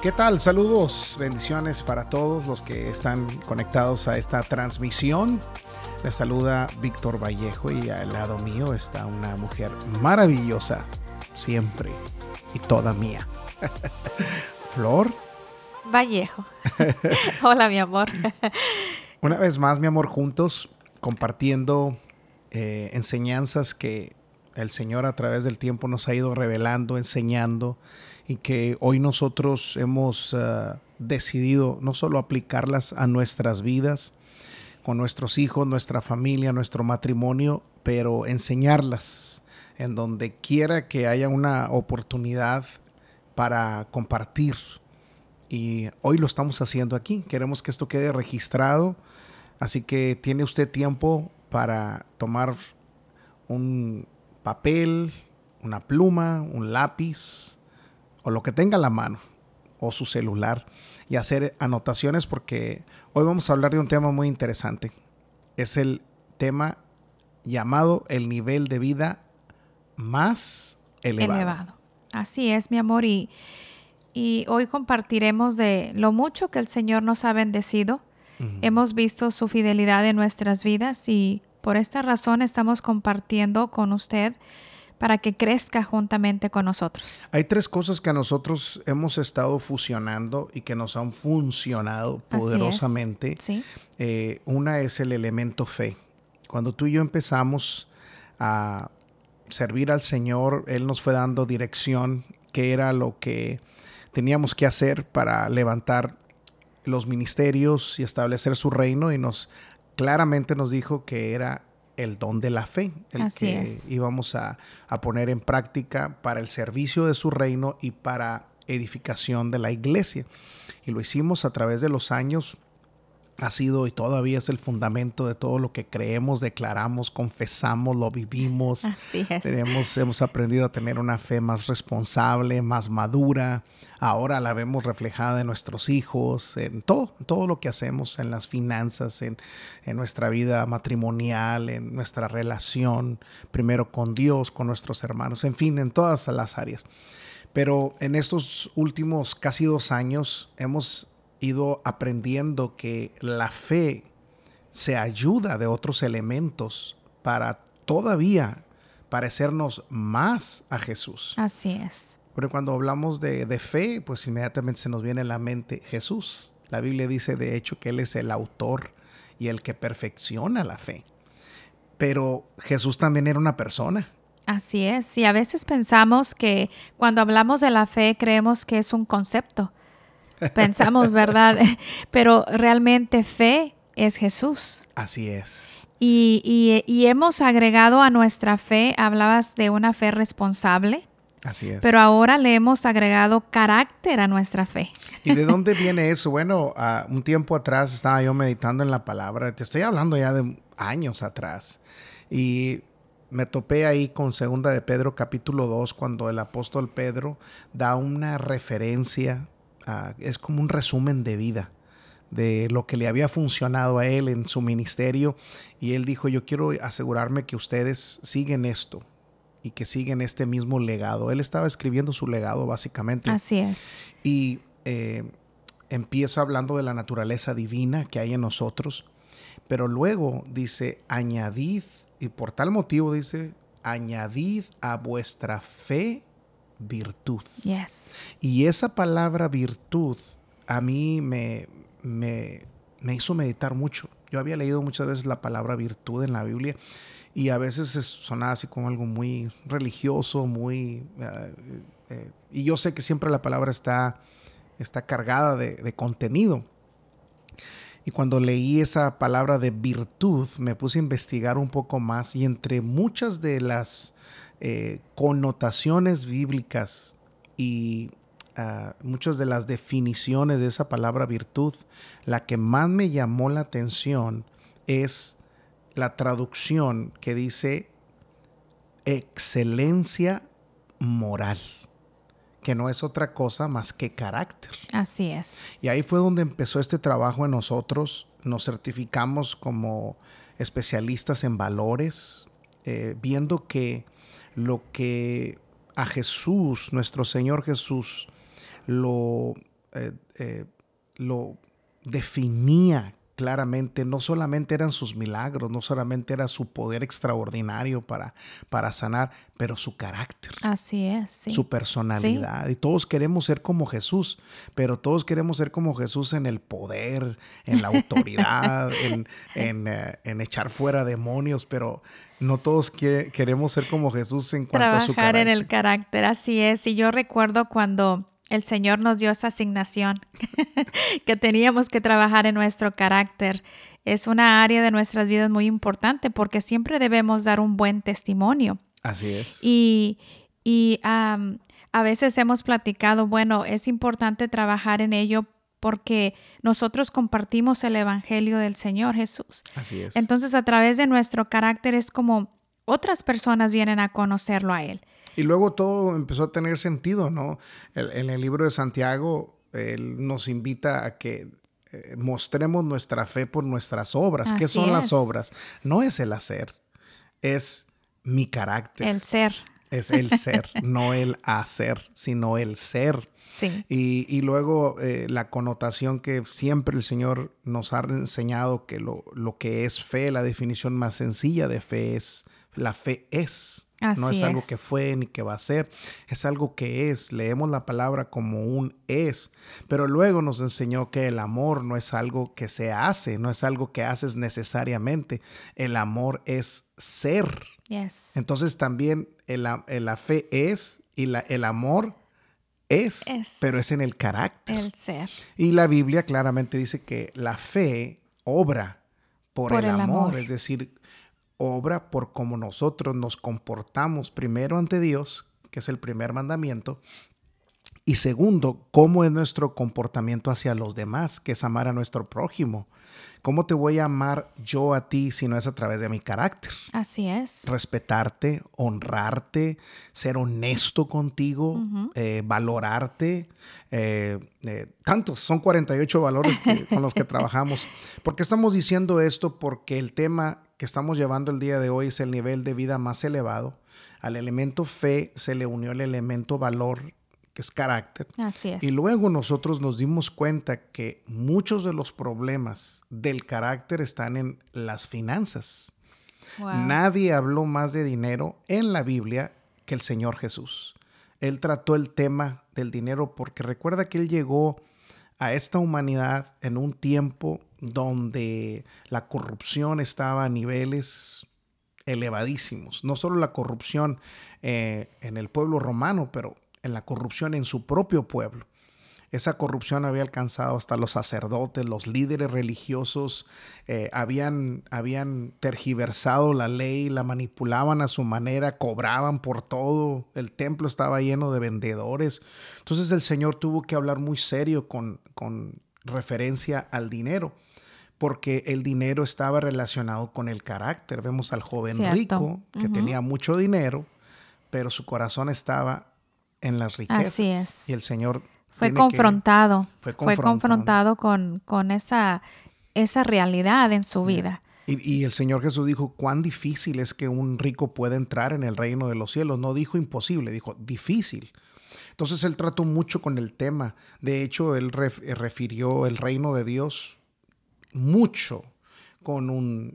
¿Qué tal? Saludos, bendiciones para todos los que están conectados a esta transmisión. Les saluda Víctor Vallejo y al lado mío está una mujer maravillosa, siempre y toda mía. Flor Vallejo. Hola, mi amor. Una vez más, mi amor, juntos compartiendo enseñanzas que el Señor a través del tiempo nos ha ido revelando, enseñando, y que hoy nosotros hemos decidido no solo aplicarlas a nuestras vidas, con nuestros hijos, nuestra familia, nuestro matrimonio, pero enseñarlas en donde quiera que haya una oportunidad para compartir. Y hoy lo estamos haciendo aquí. Queremos que esto quede registrado, así que tiene usted tiempo para tomar un papel, una pluma, un lápiz o lo que tenga a la mano o su celular y hacer anotaciones, porque hoy vamos a hablar de un tema muy interesante. Es el tema llamado el nivel de vida más elevado. Así es, mi amor, y hoy compartiremos de lo mucho que el Señor nos ha bendecido. Hemos visto su fidelidad en nuestras vidas y por esta razón estamos compartiendo con usted para que crezca juntamente con nosotros. Hay tres cosas que nosotros hemos estado fusionando y que nos han funcionado poderosamente. Sí. Una es el elemento fe. Cuando tú y yo empezamos a servir al Señor, Él nos fue dando dirección, qué era lo que teníamos que hacer para levantar los ministerios y establecer su reino, y claramente nos dijo que era el don de la fe, íbamos a poner en práctica para el servicio de su reino y para edificación de la iglesia. Y lo hicimos a través de los años. Ha sido y todavía es el fundamento de todo lo que creemos, declaramos, confesamos, lo vivimos. Así es. Hemos aprendido a tener una fe más responsable, más madura. Ahora la vemos reflejada en nuestros hijos, en todo lo que hacemos, en las finanzas, en nuestra vida matrimonial, en nuestra relación, primero con Dios, con nuestros hermanos, en fin, en todas las áreas. Pero en estos últimos casi 2 años hemos ido aprendiendo que la fe se ayuda de otros elementos para todavía parecernos más a Jesús. Así es. Pero cuando hablamos de fe, pues inmediatamente se nos viene a la mente Jesús. La Biblia dice de hecho que Él es el autor y el que perfecciona la fe. Pero Jesús también era una persona. Así es. Y a veces pensamos que cuando hablamos de la fe creemos que es un concepto. Pensamos, ¿verdad? Pero realmente fe es Jesús. Así es. Y hemos agregado a nuestra fe, hablabas de una fe responsable. Así es. Pero ahora le hemos agregado carácter a nuestra fe. ¿Y de dónde viene eso? Bueno, un tiempo atrás estaba yo meditando en la palabra. Te estoy hablando ya de años atrás. Y me topé ahí con 2 de Pedro capítulo 2, cuando el apóstol Pedro da una referencia. Es como un resumen de vida de lo que le había funcionado a él en su ministerio, y él dijo: yo quiero asegurarme que ustedes siguen esto y que siguen este mismo legado. Él estaba escribiendo su legado básicamente. Así es. Y empieza hablando de la naturaleza divina que hay en nosotros, pero luego dice: añadid, y por tal motivo dice: añadid a vuestra fe virtud. Yes. Y esa palabra virtud a mí me hizo meditar mucho. Yo había leído muchas veces la palabra virtud en la Biblia y a veces sonaba así como algo muy religioso, y yo sé que siempre la palabra está cargada de contenido. Y cuando leí esa palabra de virtud, me puse a investigar un poco más, y entre muchas de las connotaciones bíblicas y muchas de las definiciones de esa palabra virtud, la que más me llamó la atención es la traducción que dice excelencia moral, que no es otra cosa más que carácter. Así es. Y ahí fue donde empezó este trabajo en nosotros. Nos certificamos como especialistas en valores, viendo que lo que a Jesús, nuestro Señor Jesús, lo lo definía claramente. No solamente eran sus milagros, no solamente era su poder extraordinario para sanar, pero su carácter. Así es, sí. Su personalidad. Sí. Y todos queremos ser como Jesús, pero todos queremos ser como Jesús en el poder, en la autoridad, en echar fuera demonios, pero no todos queremos ser como Jesús en cuanto a su carácter. Trabajar en el carácter, así es. Y yo recuerdo cuando el Señor nos dio esa asignación que teníamos que trabajar en nuestro carácter. Es una área de nuestras vidas muy importante porque siempre debemos dar un buen testimonio. Así es. Y a veces hemos platicado, bueno, es importante trabajar en ello porque nosotros compartimos el evangelio del Señor Jesús. Así es. Entonces, a través de nuestro carácter es como otras personas vienen a conocerlo a Él. Y luego todo empezó a tener sentido, ¿no? En el libro de Santiago, él nos invita a que mostremos nuestra fe por nuestras obras. ¿Qué son las obras? No es el hacer, es mi carácter. El ser. Es el ser, no el hacer, sino el ser. Sí. Y luego la connotación que siempre el Señor nos ha enseñado, que lo que es fe, la definición más sencilla de fe es, la fe es. Así no es algo que fue ni que va a ser, es algo que es. Leemos la palabra como un es, pero luego nos enseñó que el amor no es algo que se hace, no es algo que haces necesariamente. El amor es ser. Yes. Entonces también la fe es y el amor es, pero es en el carácter. El ser. Y la Biblia claramente dice que la fe obra por el amor, es decir, obra por cómo nosotros nos comportamos primero ante Dios, que es el primer mandamiento, y segundo, cómo es nuestro comportamiento hacia los demás, que es amar a nuestro prójimo. ¿Cómo te voy a amar yo a ti si no es a través de mi carácter? Así es. Respetarte, honrarte, ser honesto contigo, valorarte. Tantos, son 48 valores con los que trabajamos. ¿Por qué estamos diciendo esto? Porque el tema que estamos llevando el día de hoy es el nivel de vida más elevado. Al elemento fe se le unió el elemento valor, que es carácter. Así es. Y luego nosotros nos dimos cuenta que muchos de los problemas del carácter están en las finanzas. Wow. Nadie habló más de dinero en la Biblia que el Señor Jesús. Él trató el tema del dinero porque recuerda que Él llegó a esta humanidad en un tiempo donde la corrupción estaba a niveles elevadísimos. No solo la corrupción en el pueblo romano, pero en la corrupción en su propio pueblo. Esa corrupción había alcanzado hasta los sacerdotes, los líderes religiosos, habían tergiversado la ley, la manipulaban a su manera, cobraban por todo, el templo estaba lleno de vendedores. Entonces el Señor tuvo que hablar muy serio con referencia al dinero, porque el dinero estaba relacionado con el carácter. Vemos al joven rico que tenía mucho dinero, pero su corazón estaba en las riquezas. Así es. Y el Señor fue confrontado con esa realidad en su vida. Y el Señor Jesús dijo, cuán difícil es que un rico pueda entrar en el reino de los cielos. No dijo imposible, dijo difícil. Entonces Él trató mucho con el tema. De hecho, Él refirió el reino de Dios mucho con un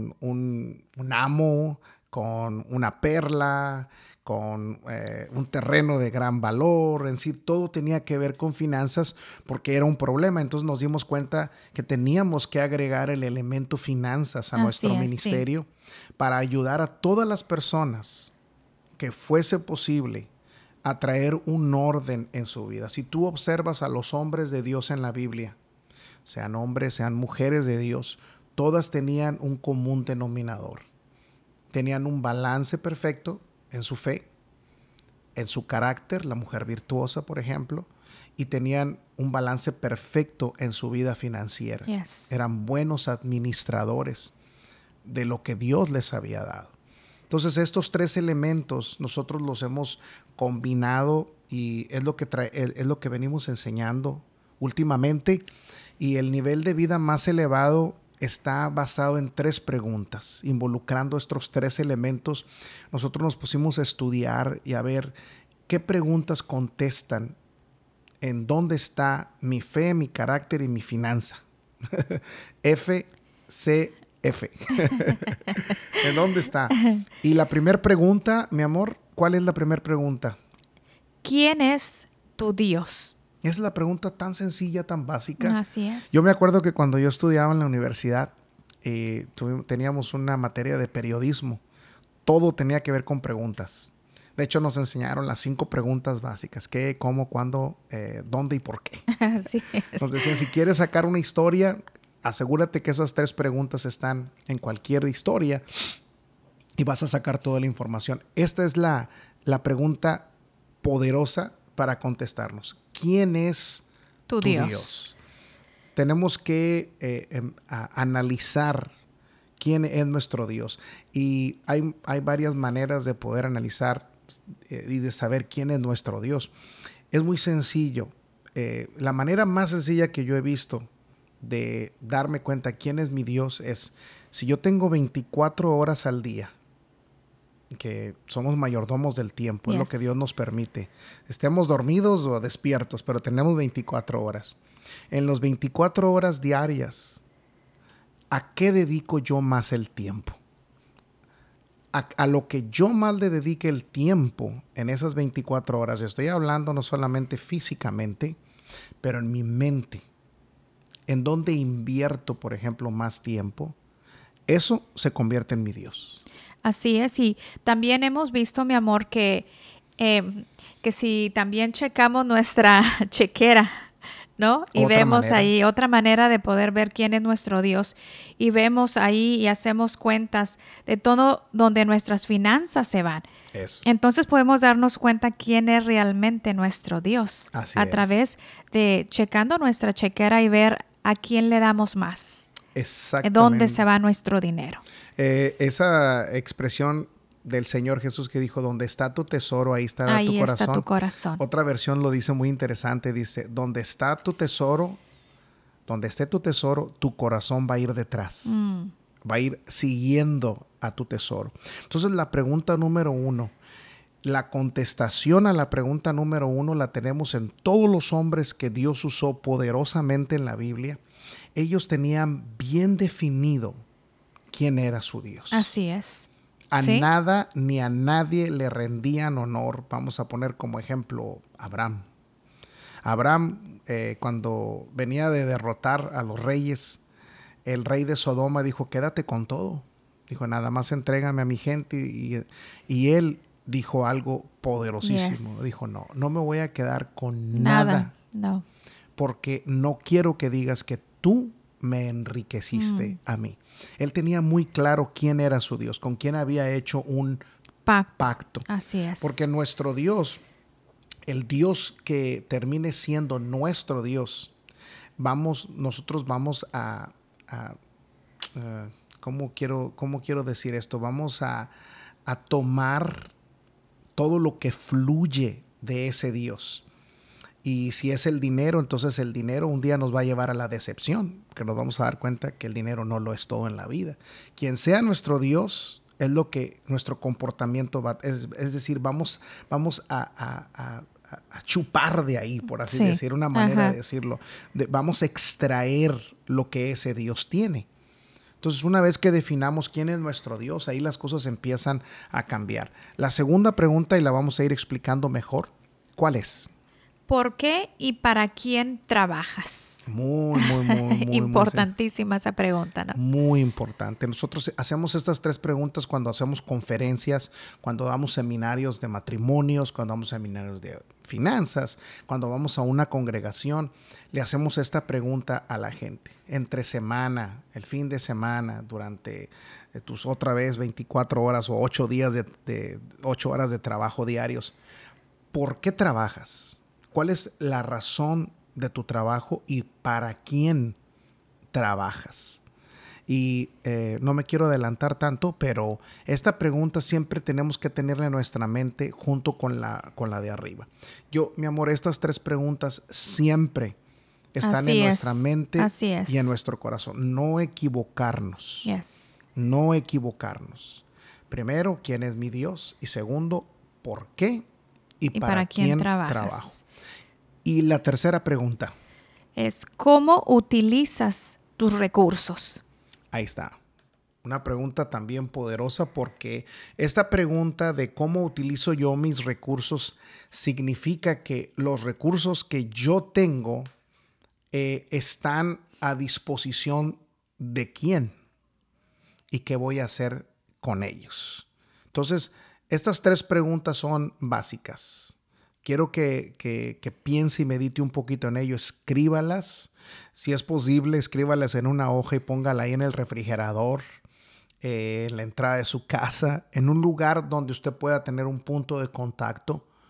amo, con una perla, con un terreno de gran valor. En sí, todo tenía que ver con finanzas porque era un problema. Entonces nos dimos cuenta que teníamos que agregar el elemento finanzas a nuestro ministerio para ayudar a todas las personas que fuese posible a traer un orden en su vida. Si tú observas a los hombres de Dios en la Biblia, sean hombres, sean mujeres de Dios, todas tenían un común denominador. Tenían un balance perfecto en su fe, en su carácter, la mujer virtuosa, por ejemplo, y tenían un balance perfecto en su vida financiera. Yes. Eran buenos administradores de lo que Dios les había dado. Entonces, estos tres elementos nosotros los hemos combinado y es lo que venimos enseñando últimamente. Y el nivel de vida más elevado está basado en tres preguntas. Involucrando estos tres elementos, nosotros nos pusimos a estudiar y a ver qué preguntas contestan en dónde está mi fe, mi carácter y mi finanza. FCF. ¿En dónde está? Y la primera pregunta, mi amor, ¿cuál es la primera pregunta? ¿Quién es tu Dios? Es la pregunta tan sencilla, tan básica. Así es. Yo me acuerdo que cuando yo estudiaba en la universidad, teníamos una materia de periodismo. Todo tenía que ver con preguntas. De hecho, nos enseñaron las 5 preguntas básicas: qué, cómo, cuándo, dónde y por qué. Así es. Nos decían, si quieres sacar una historia, asegúrate que esas 3 preguntas están en cualquier historia y vas a sacar toda la información. Esta es la pregunta poderosa para contestarnos. ¿Quién es Tu Dios? Tenemos que analizar quién es nuestro Dios. Y hay varias maneras de poder analizar y de saber quién es nuestro Dios. Es muy sencillo. La manera más sencilla que yo he visto de darme cuenta quién es mi Dios es: si yo tengo 24 horas al día, que somos mayordomos del tiempo, es lo que Dios nos permite. Estemos dormidos o despiertos, pero tenemos 24 horas. En los 24 horas diarias, ¿a qué dedico yo más el tiempo? A lo que yo más le dedique el tiempo en esas 24 horas. Estoy hablando no solamente físicamente, pero en mi mente. En donde invierto, por ejemplo, más tiempo, eso se convierte en mi Dios. Así es, y también hemos visto, mi amor, que si también checamos nuestra chequera, ¿no? Y vemos ahí otra manera de poder ver quién es nuestro Dios. Y vemos ahí y hacemos cuentas de todo donde nuestras finanzas se van. Eso. Entonces podemos darnos cuenta quién es realmente nuestro Dios. Así a es. través de checando nuestra chequera y ver a quién le damos más. Exactamente. ¿Dónde se va nuestro dinero? Esa expresión del Señor Jesús que dijo: donde está tu tesoro, ahí estará Ahí tu corazón. está tu corazón. Otra versión lo dice muy interesante, dice: donde está tu tesoro, donde esté tu tesoro, tu corazón va a ir detrás. Va a ir siguiendo a tu tesoro. Entonces la pregunta número 1, la contestación a la pregunta número 1 la tenemos en todos los hombres que Dios usó poderosamente en la Biblia. Ellos tenían bien definido quién era su Dios. Así es. A ¿Sí? nada ni a nadie le rendían honor. Vamos a poner como ejemplo Abraham. Abraham, cuando venía de derrotar a los reyes, el rey de Sodoma dijo: quédate con todo. Dijo: nada más entrégame a mi gente. Y él dijo algo poderosísimo. Yes. Dijo: no me voy a quedar con nada. No. Porque no quiero que digas que tú me enriqueciste a mí. Él tenía muy claro quién era su Dios, con quién había hecho un pacto. Así es. Porque nuestro Dios, el Dios que termine siendo nuestro Dios, nosotros vamos a ¿cómo quiero decir esto? Vamos a tomar todo lo que fluye de ese Dios. Y si es el dinero, entonces el dinero un día nos va a llevar a la decepción, que nos vamos a dar cuenta que el dinero no lo es todo en la vida. Quien sea nuestro Dios es lo que nuestro comportamiento va, es decir, vamos a chupar de ahí, por así decir, una manera de decirlo. Vamos a extraer lo que ese Dios tiene. Entonces, una vez que definamos quién es nuestro Dios, ahí las cosas empiezan a cambiar. La segunda pregunta, y la vamos a ir explicando mejor, ¿cuál es? ¿Por qué y para quién trabajas? Muy importantísima esa pregunta, ¿no? Muy importante. Nosotros hacemos estas 3 preguntas cuando hacemos conferencias, cuando damos seminarios de matrimonios, cuando damos seminarios de finanzas, cuando vamos a una congregación. Le hacemos esta pregunta a la gente. Entre semana, el fin de semana, durante tus otra vez 24 horas o 8 días de 8 horas de trabajo diarios. ¿Por qué trabajas? ¿Cuál es la razón de tu trabajo y para quién trabajas? Y no me quiero adelantar tanto, pero esta pregunta siempre tenemos que tenerla en nuestra mente junto con la de arriba. Mi amor, estas 3 preguntas siempre están en nuestra mente y en nuestro corazón. No equivocarnos. Yes. No equivocarnos. Primero, ¿quién es mi Dios? Y segundo, ¿por qué? Y para quién trabajo. Y la tercera pregunta. Es ¿cómo utilizas tus recursos? Ahí está. Una pregunta también poderosa, porque esta pregunta de cómo utilizo yo mis recursos significa que los recursos que yo tengo están a disposición de quién y qué voy a hacer con ellos. Entonces, estas tres preguntas son básicas. Quiero que piense y medite un poquito en ello. Escríbalas. Si es posible, escríbalas en una hoja y póngala ahí en el refrigerador, en la entrada de su casa, en un lugar donde usted pueda tener un punto de contacto